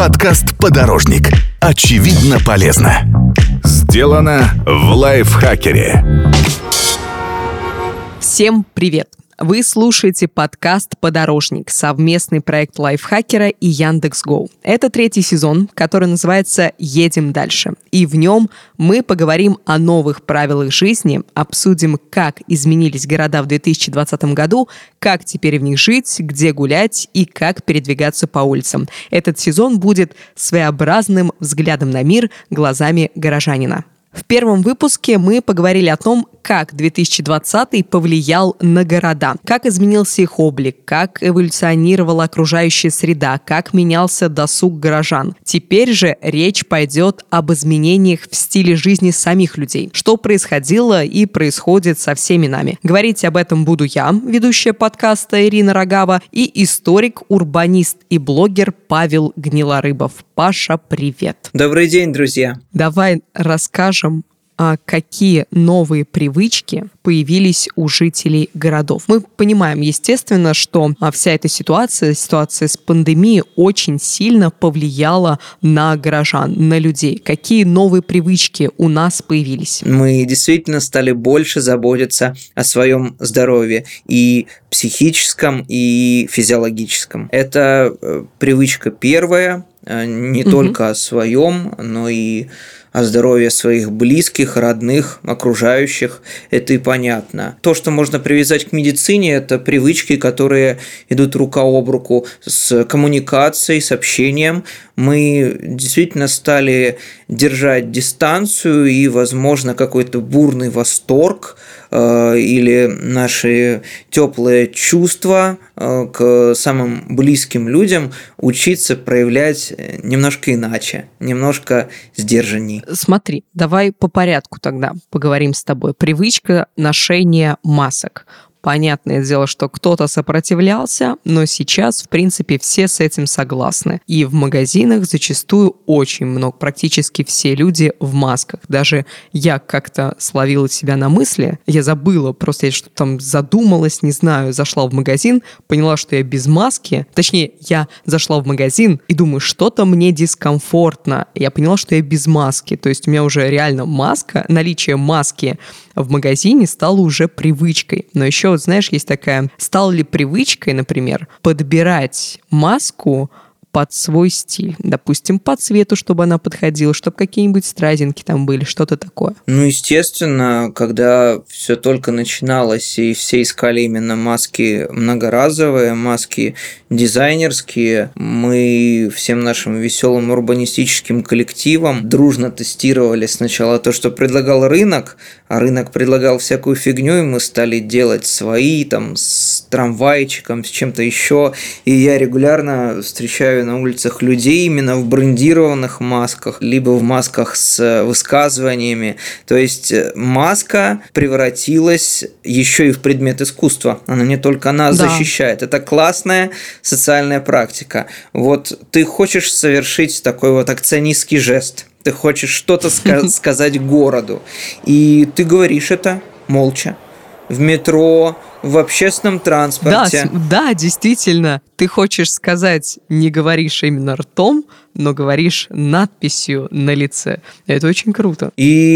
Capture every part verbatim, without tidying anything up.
Подкаст «Подорожник». Очевидно полезно. Сделано в лайфхакере. Всем привет! Вы слушаете подкаст «Подорожник», совместный проект Лайфхакера и Яндекс.Гоу. Это третий сезон, который называется «Едем дальше». И в нем мы поговорим о новых правилах жизни, обсудим, как изменились города в две тысячи двадцатом году, как теперь в них жить, где гулять и как передвигаться по улицам. Этот сезон будет своеобразным взглядом на мир глазами горожанина. В первом выпуске мы поговорили о том, как две тысячи двадцатый повлиял на города, как изменился их облик, как эволюционировала окружающая среда, как менялся досуг горожан. Теперь же речь пойдет об изменениях в стиле жизни самих людей, что происходило и происходит со всеми нами. Говорить об этом буду я, ведущая подкаста Ирина Рогава, и историк, урбанист и блогер Павел Гнилорыбов. Паша, привет! Добрый день, друзья! Давай расскажем, а какие новые привычки появились у жителей городов. Мы понимаем, естественно, что вся эта ситуация, ситуация с пандемией очень сильно повлияла на горожан, на людей. Какие новые привычки у нас появились? Мы действительно стали больше заботиться о своем здоровье, и психическом, и физиологическом. Это привычка первая, не угу. только о своем, но и о здоровье своих близких, родных, окружающих, это и понятно. То, что можно привязать к медицине, это привычки, которые идут рука об руку с коммуникацией, с общением. Мы действительно стали держать дистанцию, и, возможно, какой-то бурный восторг э, или наши теплые чувства э, к самым близким людям учиться проявлять немножко иначе, немножко сдержанней. Смотри, давай по порядку тогда поговорим с тобой. Привычка ношения масок. Понятное дело, что кто-то сопротивлялся, но сейчас, в принципе, все с этим согласны. И в магазинах зачастую очень много, практически все люди в масках. Даже я как-то словила себя на мысли, я забыла, просто я что-то там задумалась, не знаю, зашла в магазин, поняла, что я без маски. Точнее, я зашла в магазин и думаю, что-то мне дискомфортно. Я поняла, что я без маски. То есть у меня уже реально маска, наличие маски в магазине стало уже привычкой. Но еще, вот знаешь, есть такая, стало ли привычкой, например, подбирать маску под свой стиль. Допустим, по цвету, чтобы она подходила, чтобы какие-нибудь стразинки там были, что-то такое. Ну, естественно, когда все только начиналось, и все искали именно маски многоразовые, маски дизайнерские, мы всем нашим веселым урбанистическим коллективом дружно тестировали сначала то, что предлагал рынок, а рынок предлагал всякую фигню, и мы стали делать свои, там, с трамвайчиком, с чем-то еще, и я регулярно встречаю на улицах людей именно в брендированных масках, либо в масках с высказываниями. То есть маска превратилась еще и в предмет искусства. Она не только нас да. защищает. Это классная социальная практика. Вот ты хочешь совершить такой вот акционистский жест. Ты хочешь что-то ска- сказать городу. И ты говоришь это молча. В метро, в общественном транспорте. Да, да, действительно. Ты хочешь сказать, не говоришь именно ртом, но говоришь надписью на лице. Это очень круто.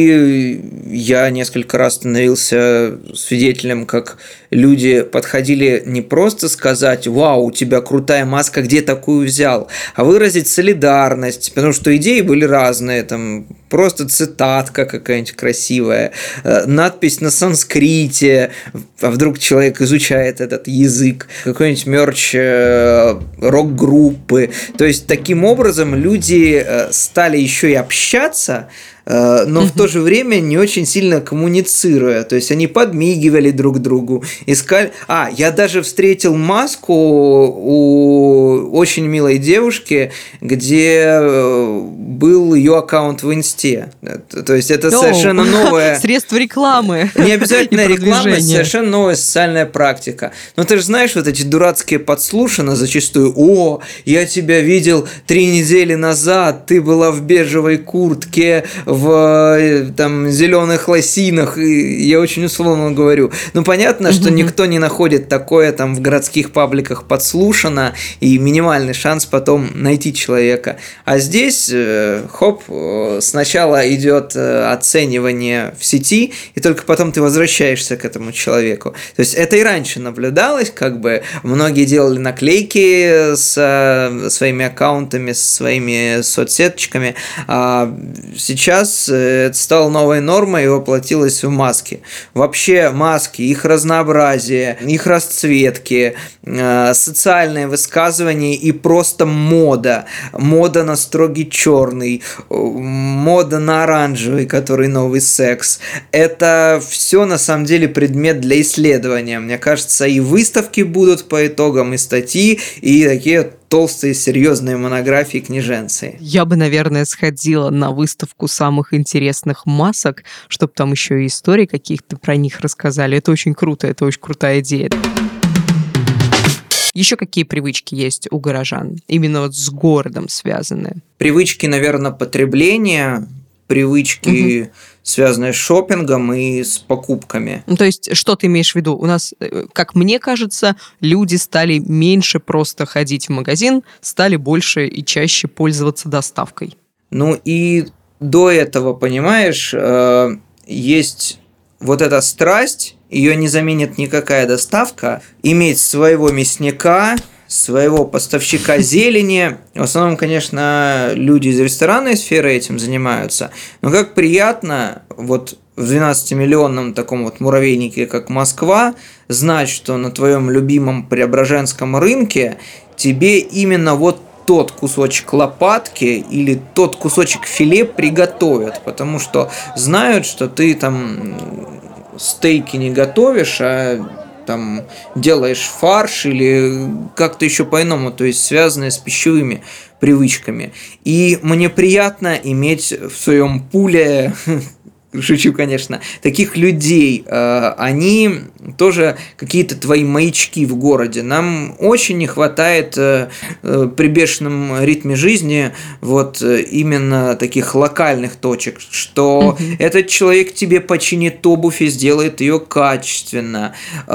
И я несколько раз становился свидетелем, как люди подходили не просто сказать «Вау, у тебя крутая маска, где такую взял?», а выразить солидарность, потому что идеи были разные, там просто цитатка какая-нибудь красивая, надпись на санскрите, а вдруг человек изучает этот язык, какой-нибудь мерч рок-группы. То есть таким образом люди стали еще и общаться, но в то же время не очень сильно коммуницируя. То есть они подмигивали друг другу, искали... А, я даже встретил маску у очень милой девушки, где был ее аккаунт в Инсте. То есть это О, совершенно новое... Средство рекламы. Не обязательно реклама, это совершенно новая социальная практика. Но ты же знаешь, вот эти дурацкие подслушаны зачастую. О, я тебя видел три недели назад, ты была в бежевой куртке, в в там, зеленых лосинах, я очень условно говорю. Ну, понятно, что никто не находит такое там в городских пабликах подслушано, и минимальный шанс потом найти человека. А здесь, хоп, сначала идет оценивание в сети, и только потом ты возвращаешься к этому человеку. То есть это и раньше наблюдалось, как бы многие делали наклейки с своими аккаунтами, с своими соцсеточками, а сейчас это стало новой нормой и воплотилось в маски. Вообще маски, их разнообразие, их расцветки, социальные высказывания и просто мода. Мода на строгий черный, мода на оранжевый, который новый секс. Это все на самом деле предмет для исследования. Мне кажется, и выставки будут по итогам, и статьи, и такие толстые, серьезные монографии, книженцы. Я бы, наверное, сходила на выставку самых интересных масок, чтобы там еще и истории каких-то про них рассказали. Это очень круто, это очень крутая идея. Еще какие привычки есть у горожан, именно вот с городом связанные? Привычки, наверное, потребления, привычки, угу. связанные с шопингом и с покупками. Ну, то есть, что ты имеешь в виду? У нас, как мне кажется, люди стали меньше просто ходить в магазин, стали больше и чаще пользоваться доставкой. Ну и до этого, понимаешь, есть вот эта страсть, ее не заменит никакая доставка, иметь своего мясника, своего поставщика зелени. В основном, конечно, люди из ресторанной сферы этим занимаются. Но как приятно вот в двенадцатимиллионном таком вот муравейнике, как Москва, знать, что на твоем любимом Преображенском рынке тебе именно вот тот кусочек лопатки или тот кусочек филе приготовят, потому что знают, что ты там стейки не готовишь, а там делаешь фарш или как-то еще по-иному, то есть связанные с пищевыми привычками. И мне приятно иметь в своем пуле, шучу, конечно, таких людей. Они тоже какие-то твои маячки в городе. Нам очень не хватает при бешеном ритме жизни вот именно таких локальных точек, что mm-hmm. этот человек тебе починит обувь и сделает ее качественно.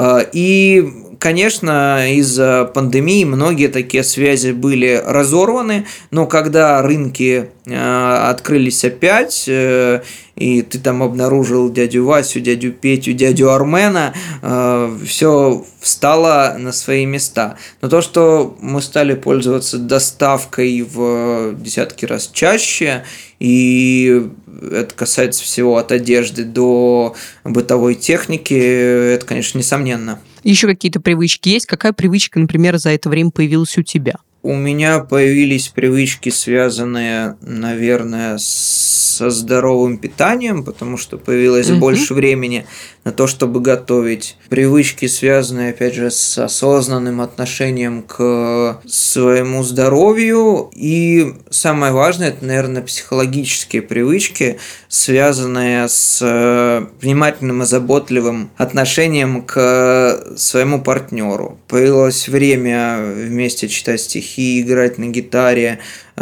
И конечно, из-за пандемии многие такие связи были разорваны, но когда рынки э, открылись опять, э, и ты там обнаружил дядю Васю, дядю Петю, дядю Армена, э, все встало на свои места. Но то, что мы стали пользоваться доставкой в десятки раз чаще, и это касается всего от одежды до бытовой техники, это, конечно, несомненно. Еще какие-то привычки есть? Какая привычка, например, за это время появилась у тебя? У меня появились привычки, связанные, наверное, со здоровым питанием, потому что появилось mm-hmm. больше времени на то, чтобы готовить. Привычки, связанные, опять же, с осознанным отношением к своему здоровью. И самое важное, это, наверное, психологические привычки, связанные с внимательным и заботливым отношением к своему партнеру. Появилось время вместе читать стихи, играть на гитаре,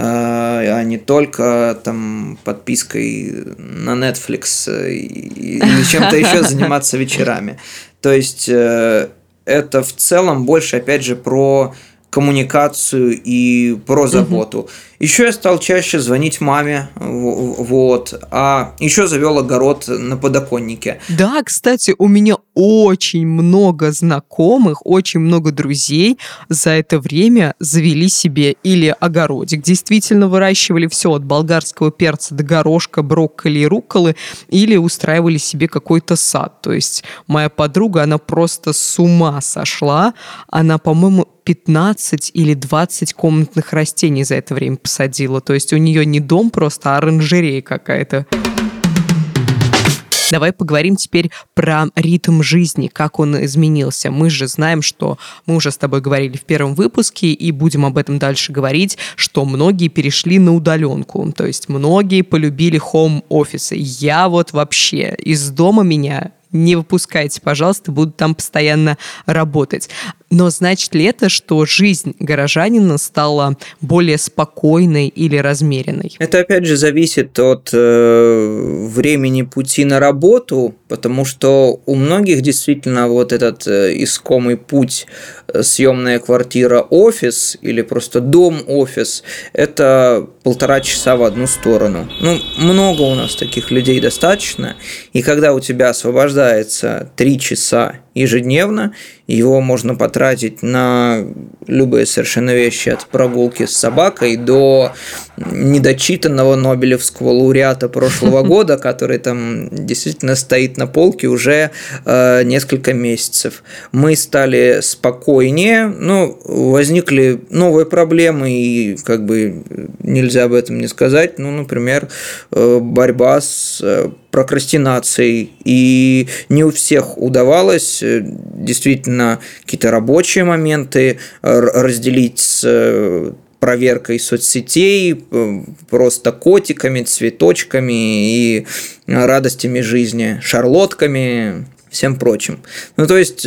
а не только там подпиской на Netflix или чем-то еще заниматься вечерами. То есть это в целом больше, опять же, про коммуникацию и про заботу. Угу. Еще я стал чаще звонить маме, вот, а еще завел огород на подоконнике. Да, кстати, у меня очень много знакомых, очень много друзей за это время завели себе или огородик, действительно выращивали все от болгарского перца до горошка, брокколи и рукколы, или устраивали себе какой-то сад. То есть моя подруга, она просто с ума сошла, она, по-моему, пятнадцать или двадцать комнатных растений за это время посадила. То есть у нее не дом просто, а оранжерея какая-то. Давай поговорим теперь про ритм жизни, как он изменился. Мы же знаем, что мы уже с тобой говорили в первом выпуске и будем об этом дальше говорить, что многие перешли на удаленку. То есть многие полюбили хоум-офисы. Я вот вообще из дома меня не выпускайте, пожалуйста, буду там постоянно работать. Но значит ли это, что жизнь горожанина стала более спокойной или размеренной? Это, опять же, зависит от э, времени пути на работу, потому что у многих действительно вот этот э, искомый путь э, съемная квартира-офис или просто дом-офис – это полтора часа в одну сторону. Ну, много у нас таких людей достаточно, и когда у тебя освобождается три часа ежедневно, его можно потратить на любые совершенно вещи, от прогулки с собакой до недочитанного нобелевского лауреата прошлого года, который там действительно стоит на полке уже э, несколько месяцев. Мы стали спокойнее, ну, возникли новые проблемы, и как бы нельзя об этом не сказать, ну, например, э, борьба с э, прокрастинацией, и не у всех удавалось действительно какие-то рабочие моменты разделить с проверкой соцсетей, просто котиками, цветочками и радостями жизни, шарлотками, всем прочим. Ну, то есть,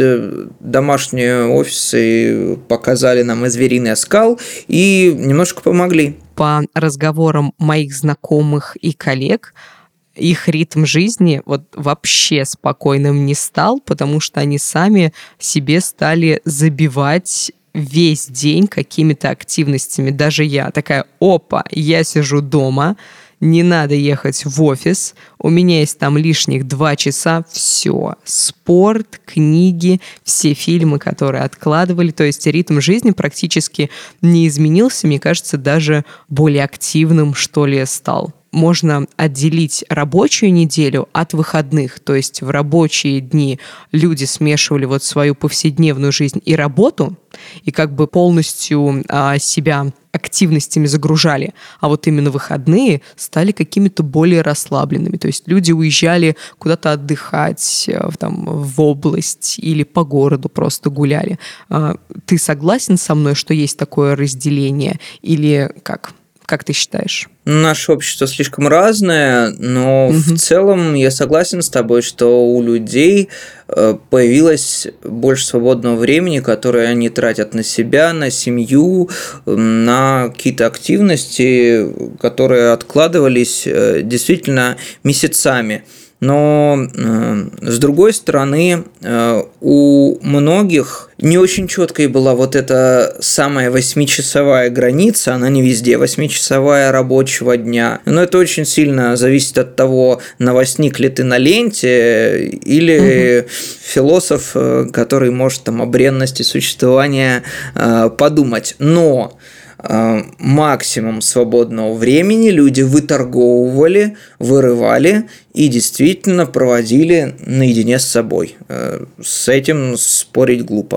домашние офисы показали нам и звериный оскал, и немножко помогли. По разговорам моих знакомых и коллег, их ритм жизни вот вообще спокойным не стал, потому что они сами себе стали забивать весь день какими-то активностями. Даже я такая: опа, я сижу дома, не надо ехать в офис, у меня есть там лишних два часа, все, спорт, книги, все фильмы, которые откладывали, то есть ритм жизни практически не изменился, мне кажется, даже более активным, что ли, стал. Можно отделить рабочую неделю от выходных, то есть в рабочие дни люди смешивали вот свою повседневную жизнь и работу, и как бы полностью а, себя активностями загружали, а вот именно выходные стали какими-то более расслабленными, то есть люди уезжали куда-то отдыхать, там, в область или по городу просто гуляли. А, ты согласен со мной, что есть такое разделение, или как? Как ты считаешь? Наше общество слишком разное, но угу. в целом я согласен с тобой, что у людей появилось больше свободного времени, которое они тратят на себя, на семью, на какие-то активности, которые откладывались действительно месяцами. Но, с другой стороны, у многих не очень четкой была вот эта самая восьмичасовая граница, она не везде восьмичасовая рабочего дня. Но это очень сильно зависит от того, новостник ли ты на ленте, или угу. философ, который может там о бренности существования подумать. Но максимум свободного времени люди выторговывали, вырывали и действительно проводили наедине с собой. С этим спорить глупо.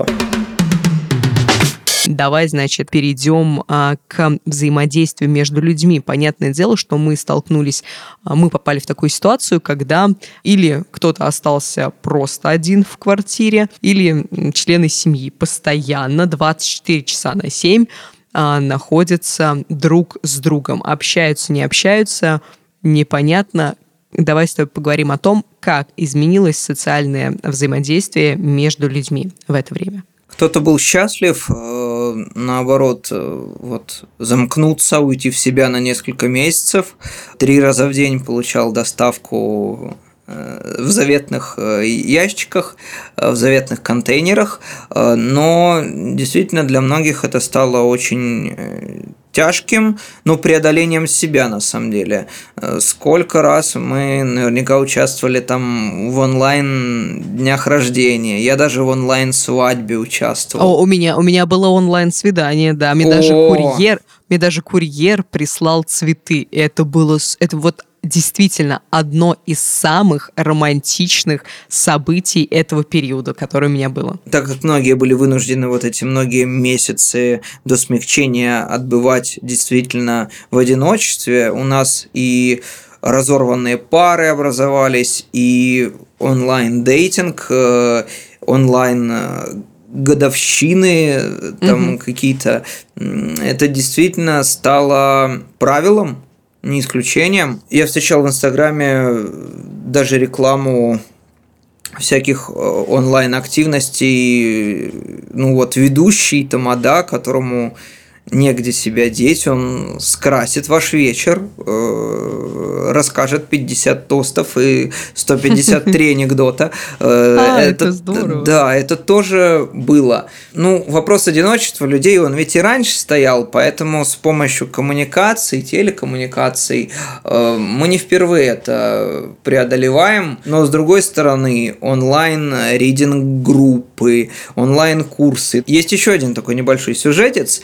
Давай, значит, перейдем а, к взаимодействию между людьми. Понятное дело, что мы столкнулись, а, мы попали в такую ситуацию, когда или кто-то остался просто один в квартире, или члены семьи постоянно двадцать четыре часа на семь а, находятся друг с другом. Общаются, не общаются, непонятно. Давай с тобой поговорим о том, как изменилось социальное взаимодействие между людьми в это время. Кто-то был счастлив, наоборот, вот, замкнуться, уйти в себя на несколько месяцев, три раза в день получал доставку в заветных ящиках, в заветных контейнерах, но действительно для многих это стало очень тяжким, но преодолением себя на самом деле. Сколько раз мы наверняка участвовали там в онлайн днях рождения, я даже в онлайн свадьбе участвовал. О, у меня, у меня было онлайн свидание, да, мне О! даже курьер, мне даже курьер прислал цветы, и это было, это вот действительно одно из самых романтичных событий этого периода, которое у меня было. Так как многие были вынуждены вот эти многие месяцы до смягчения отбывать действительно в одиночестве, у нас и разорванные пары образовались, и онлайн-дейтинг, онлайн годовщины, там угу. какие-то... Это действительно стало правилом, не исключением. Я встречал в Инстаграме даже рекламу всяких онлайн-активностей, ну вот ведущий тамада, которому негде себя деть, он скрасит ваш вечер, расскажет пятьдесят тостов и сто пятьдесят три анекдота. А, это, это здорово. Да, это тоже было. Ну, вопрос одиночества людей, он ведь и раньше стоял, поэтому с помощью коммуникаций, телекоммуникаций мы не впервые это преодолеваем, но с другой стороны, онлайн-ридинг-группы, онлайн-курсы. Есть еще один такой небольшой сюжетец.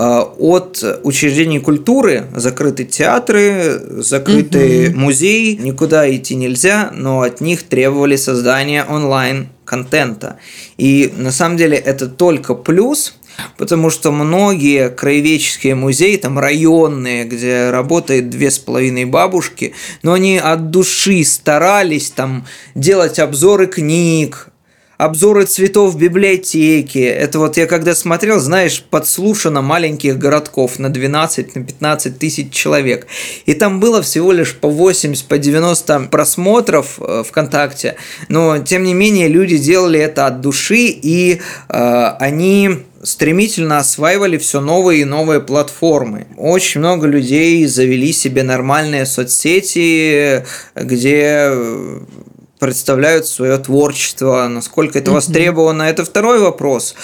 От учреждений культуры закрыты театры, закрыты угу. музеи, никуда идти нельзя, но от них требовали создания онлайн-контента. И на самом деле это только плюс, потому что многие краеведческие музеи, там районные, где работает две с половиной бабушки, но они от души старались там делать обзоры книг, обзоры цветов в библиотеке. Это вот я когда смотрел, знаешь, подслушано маленьких городков на двенадцать, на пятнадцать тысяч человек. И там было всего лишь по восемьдесят, по девяносто просмотров ВКонтакте. Но, тем не менее, люди делали это от души, и э, они стремительно осваивали все новые и новые платформы. Очень много людей завели себе нормальные соцсети, где представляют свое творчество, насколько это востребовано, это второй вопрос,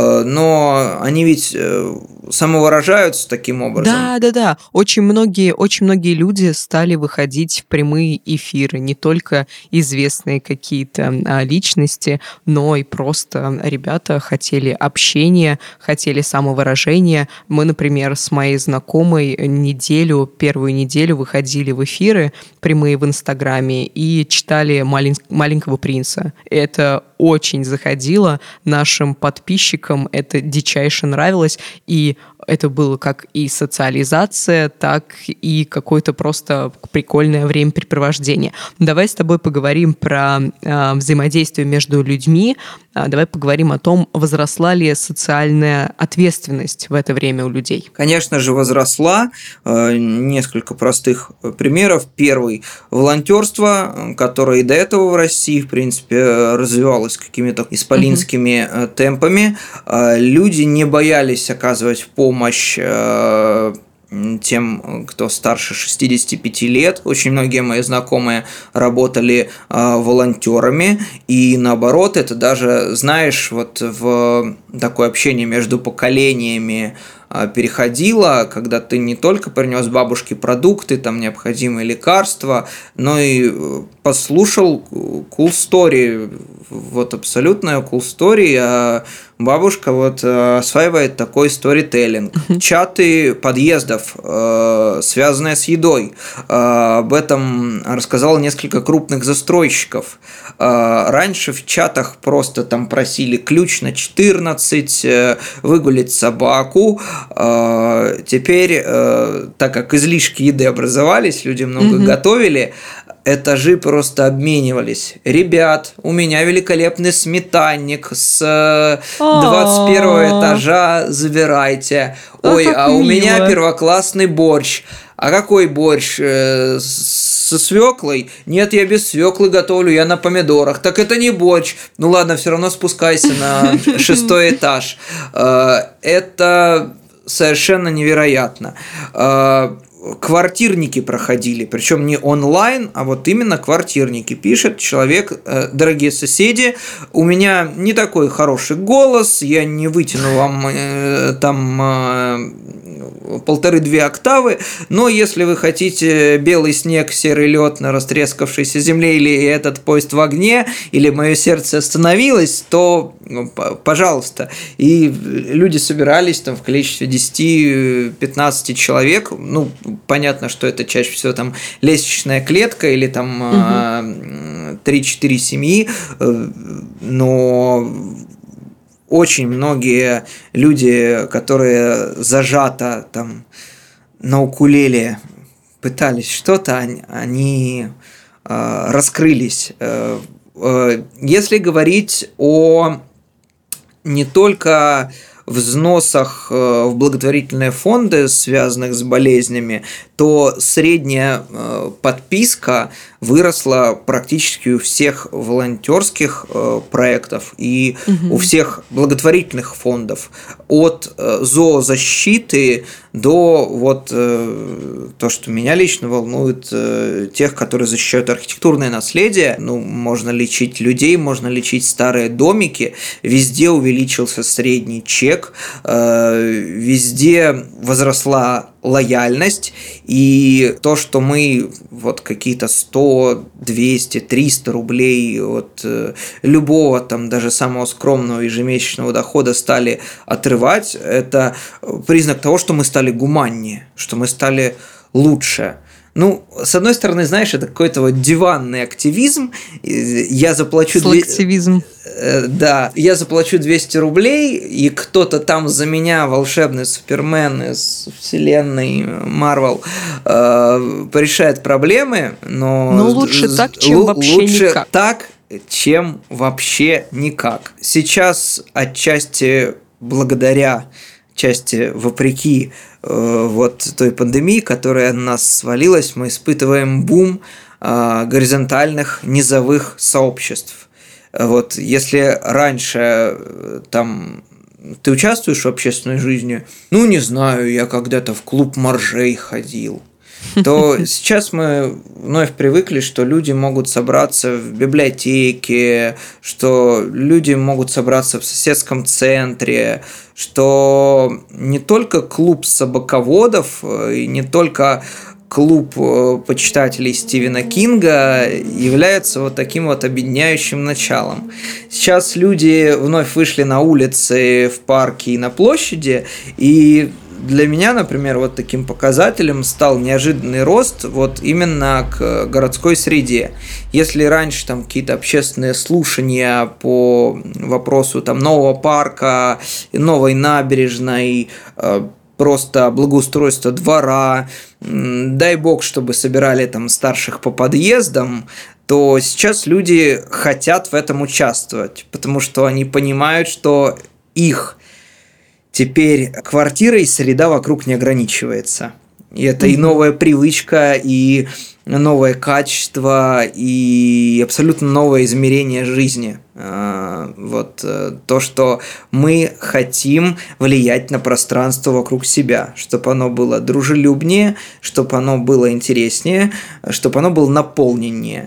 но они ведь самовыражаются таким образом. Да, да, да. Очень многие, очень многие люди стали выходить в прямые эфиры, не только известные какие-то личности, но и просто ребята хотели общения, хотели самовыражения. Мы, например, с моей знакомой неделю, первую неделю выходили в эфиры прямые в Инстаграме и читали малень... «Маленького принца». Это очень заходило нашим подписчикам, это дичайше нравилось, и это было как и социализация, так и какое-то просто прикольное времяпрепровождение. Давай с тобой поговорим про э, взаимодействие между людьми, э, давай поговорим о том, возросла ли социальная ответственность в это время у людей. Конечно же, возросла. Э, несколько простых примеров. Первый – волонтерство, которое и до этого в России, в принципе, развивалось какими-то исполинскими uh-huh. темпами. Э, люди не боялись оказывать помощь помощь э, тем, кто старше шестидесяти пяти лет. Очень многие мои знакомые работали э, волонтерами, и наоборот, это даже, знаешь, вот в такое общение между поколениями э, переходило, когда ты не только принес бабушке продукты, там необходимые лекарства, но и послушал cool story, вот абсолютная cool story, а бабушка вот осваивает такой сторителлинг. Uh-huh. Чаты подъездов, э, связанные с едой. Э, об этом рассказало несколько крупных застройщиков. Э, раньше в чатах просто там просили ключ на четырнадцать, э, выгулить собаку. Э, теперь, э, так как излишки еды образовались, люди много uh-huh. готовили, этажи просто обменивались. Ребят, у меня великолепный сметанник с двадцать первого этажа, забирайте. Ой, а у меня первоклассный борщ. А какой борщ? Со свеклой? Нет, я без свеклы готовлю, я на помидорах. Так это не борщ. Ну ладно, все равно спускайся на шестой этаж. Это совершенно невероятно. Квартирники проходили, причем не онлайн, а вот именно квартирники. Пишет человек: дорогие соседи, у меня не такой хороший голос, я не вытяну вам э, там э, полторы-две октавы, но если вы хотите белый снег, серый лед на растрескавшейся земле, или этот поезд в огне, или мое сердце остановилось, то пожалуйста. И люди собирались там в количестве десяти-пятнадцати человек, ну, понятно, что это чаще всего там лестничная клетка или там угу. три-четыре семьи, но очень многие люди, которые зажато там на укулеле пытались что-то, они раскрылись. Если говорить о не только взносах в благотворительные фонды, связанных с болезнями, то средняя подписка выросла практически у всех волонтерских э, проектов и угу. у всех благотворительных фондов. От э, зоозащиты до вот э, то, что меня лично волнует, э, тех, которые защищают архитектурное наследие. Ну, можно лечить людей, можно лечить старые домики. Везде увеличился средний чек, э, везде возросла лояльность, и то, что мы вот какие-то сто, двести, триста рублей от э, любого там даже самого скромного ежемесячного дохода стали отрывать, это признак того, что мы стали гуманнее, что мы стали лучше. Ну, с одной стороны, знаешь, это какой-то вот диванный активизм. Я заплачу... Слактивизм. Две... Да, я заплачу двести рублей, и кто-то там за меня, волшебный Супермен из вселенной Марвел, э, порешает проблемы, но... Но лучше так, чем л- вообще лучше никак. так, чем вообще никак. Сейчас отчасти благодаря, части вопреки э, вот той пандемии, которая на нас свалилась, мы испытываем бум э, горизонтальных низовых сообществ. Вот если раньше э, там ты участвуешь в общественной жизни, ну не знаю, я когда-то в клуб моржей ходил, то сейчас мы вновь привыкли, что люди могут собраться в библиотеке, что люди могут собраться в соседском центре, что не только клуб собаководов и не только клуб почитателей Стивена Кинга является вот таким вот объединяющим началом. Сейчас люди вновь вышли на улицы, в парки и на площади, и для меня, например, вот таким показателем стал неожиданный рост вот именно к городской среде. Если раньше там какие-то общественные слушания по вопросу там нового парка, новой набережной, просто благоустройство двора, дай бог, чтобы собирали там старших по подъездам, то сейчас люди хотят в этом участвовать, потому что они понимают, что их теперь квартира и среда вокруг не ограничивается. И это mm-hmm. и новая привычка, и новое качество, и абсолютно новое измерение жизни. Вот то, что мы хотим влиять на пространство вокруг себя, чтобы оно было дружелюбнее, чтобы оно было интереснее, чтобы оно было наполненнее.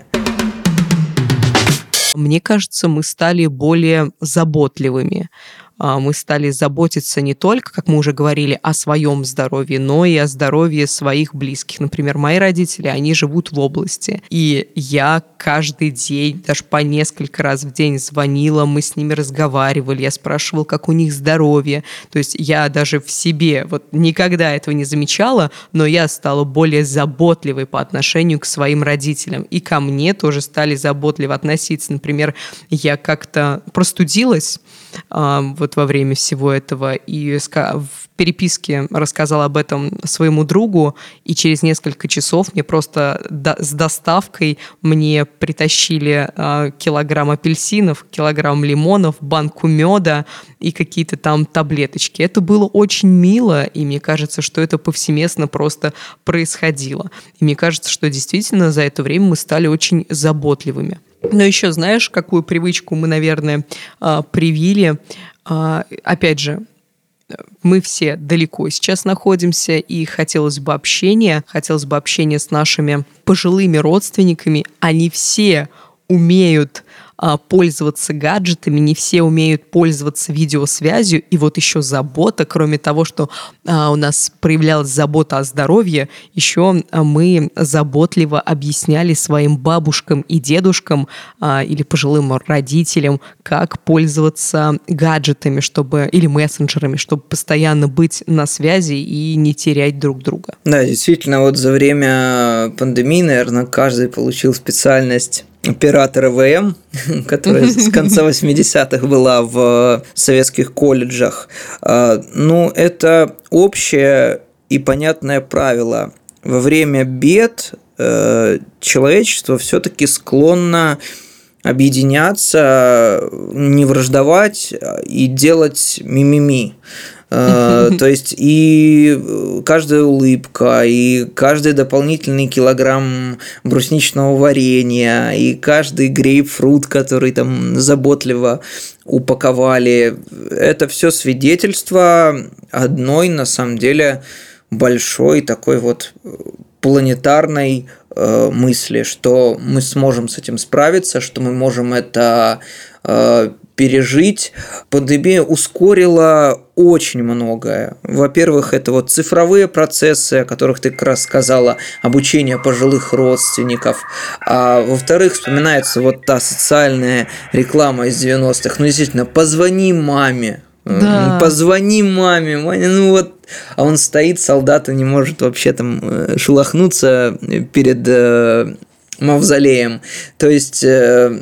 Мне кажется, мы стали более заботливыми. Мы стали заботиться не только, как мы уже говорили, о своем здоровье, но и о здоровье своих близких. Например, мои родители, они живут в области, и я каждый день, даже по несколько раз в день звонила, мы с ними разговаривали, я спрашивала, как у них здоровье. То есть я даже в себе вот никогда этого не замечала, но я стала более заботливой по отношению к своим родителям, и ко мне тоже стали заботливо относиться. Например, я как-то простудилась, вот во время всего этого, и в переписке рассказала об этом своему другу, и через несколько часов мне просто до, с доставкой мне притащили э, килограмм апельсинов, килограмм лимонов, банку меда и какие-то там таблеточки. Это было очень мило, и мне кажется, что это повсеместно просто происходило. И мне кажется, что действительно за это время мы стали очень заботливыми. Но еще знаешь, какую привычку мы, наверное, привили? Опять же, мы все далеко сейчас находимся, и хотелось бы общения, хотелось бы общения с нашими пожилыми родственниками. Они все умеют пользоваться гаджетами, не все умеют пользоваться видеосвязью, и вот еще забота, кроме того, что а, у нас проявлялась забота о здоровье, еще мы заботливо объясняли своим бабушкам и дедушкам а, или пожилым родителям, как пользоваться гаджетами, чтобы, или мессенджерами, чтобы постоянно быть на связи и не терять друг друга. Да, действительно, вот за время пандемии, наверное, каждый получил специальность оператора ВМ, которая с конца восьмидесятых была в советских колледжах. Ну, это общее и понятное правило. Во время бед человечество все-таки склонно объединяться, не враждовать и делать мимими. То есть и каждая улыбка, и каждый дополнительный килограмм брусничного варенья, и каждый грейпфрут, который там заботливо упаковали, это все свидетельство одной, на самом деле, большой такой вот планетарной э, мысли, что мы сможем с этим справиться, что мы можем это э, пережить. Пандемия ускорила очень многое. Во-первых, это вот цифровые процессы, о которых ты как раз сказала, обучение пожилых родственников. А во-вторых, вспоминается вот та социальная реклама из девяностых. Ну, действительно, позвони маме. Да. Позвони маме, Маня, ну вот, а он стоит, солдат, и не может вообще там шелохнуться перед э, мавзолеем. То есть э,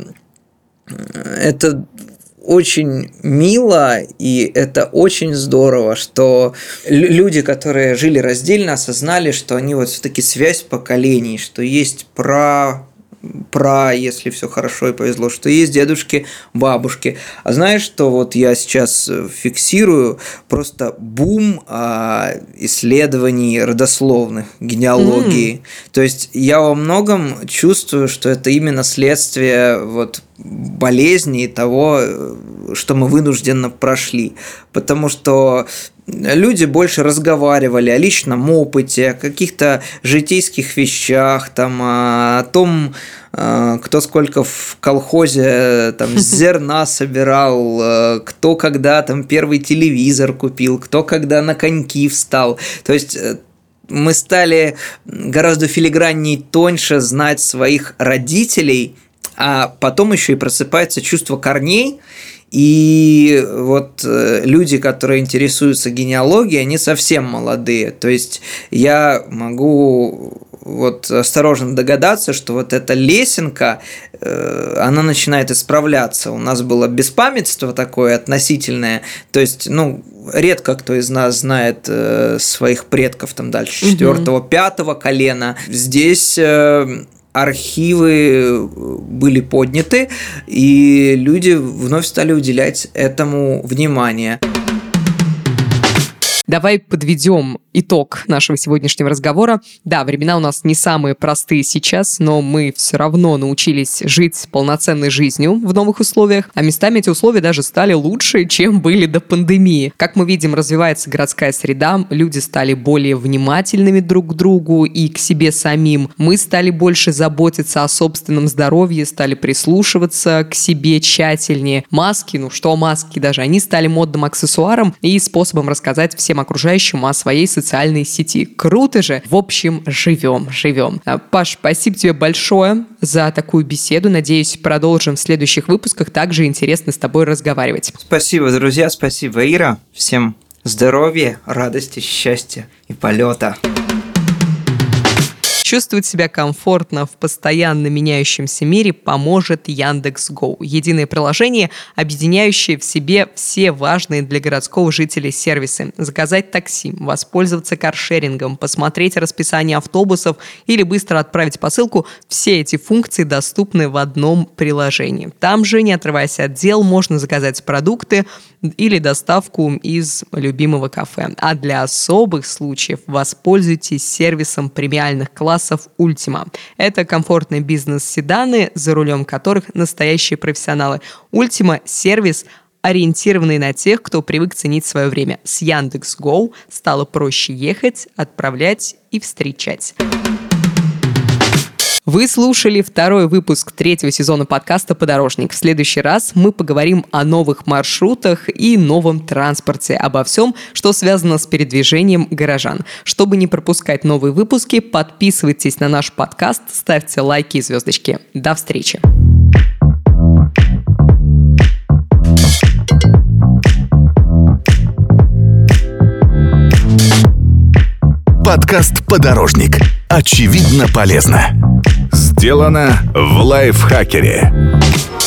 это очень мило, и это очень здорово, что люди, которые жили раздельно, осознали, что они вот все-таки связь поколений, что есть про про, если все хорошо и повезло, что есть дедушки, бабушки. А знаешь, что вот я сейчас фиксирую? Просто бум а, исследований родословных, генеалогии. Mm. То есть я во многом чувствую, что это именно следствие вот болезни и того, что мы вынужденно прошли. Потому что люди больше разговаривали о личном опыте, о каких-то житейских вещах, там, о том, кто сколько в колхозе там, зерна собирал, кто когда там первый телевизор купил, кто когда на коньки встал. То есть мы стали гораздо филиграннее и тоньше знать своих родителей, а потом еще и просыпается чувство корней. И вот люди, которые интересуются генеалогией, они совсем молодые. То есть я могу вот осторожно догадаться, что вот эта лесенка, она начинает исправляться. У нас было беспамятство такое относительное. То есть, ну, редко кто из нас знает своих предков там дальше четвертого, пятого колена. Здесь архивы были подняты, и люди вновь стали уделять этому внимание. Давай подведем итог нашего сегодняшнего разговора. Да, времена у нас не самые простые сейчас, но мы все равно научились жить полноценной жизнью в новых условиях, а местами эти условия даже стали лучше, чем были до пандемии. Как мы видим, развивается городская среда, люди стали более внимательными друг к другу и к себе самим. Мы стали больше заботиться о собственном здоровье, стали прислушиваться к себе тщательнее. Маски, ну что маски даже, они стали модным аксессуаром и способом рассказать всем окружающим о своей социальной сети. Круто же! В общем, живем, живем. Паш, спасибо тебе большое за такую беседу. Надеюсь, продолжим в следующих выпусках. Также интересно с тобой разговаривать. Спасибо, друзья, спасибо, Ира. Всем здоровья, радости, счастья и полета. Чувствовать себя комфортно в постоянно меняющемся мире поможет Яндекс.Гоу. Единое приложение, объединяющее в себе все важные для городского жителя сервисы. Заказать такси, воспользоваться каршерингом, посмотреть расписание автобусов или быстро отправить посылку – все эти функции доступны в одном приложении. Там же, не отрываясь от дел, можно заказать продукты или доставку из любимого кафе. А для особых случаев воспользуйтесь сервисом премиальных классов Ultima. Это комфортные бизнес-седаны, за рулем которых настоящие профессионалы. Ultima – сервис, ориентированный на тех, кто привык ценить свое время. С Яндекс.Гоу стало проще ехать, отправлять и встречать. Вы слушали второй выпуск третьего сезона подкаста «Подорожник». В следующий раз мы поговорим о новых маршрутах и новом транспорте, обо всем, что связано с передвижением горожан. Чтобы не пропускать новые выпуски, подписывайтесь на наш подкаст, ставьте лайки и звездочки. До встречи! Подкаст «Подорожник». Очевидно полезно. Сделано в Лайфхакере.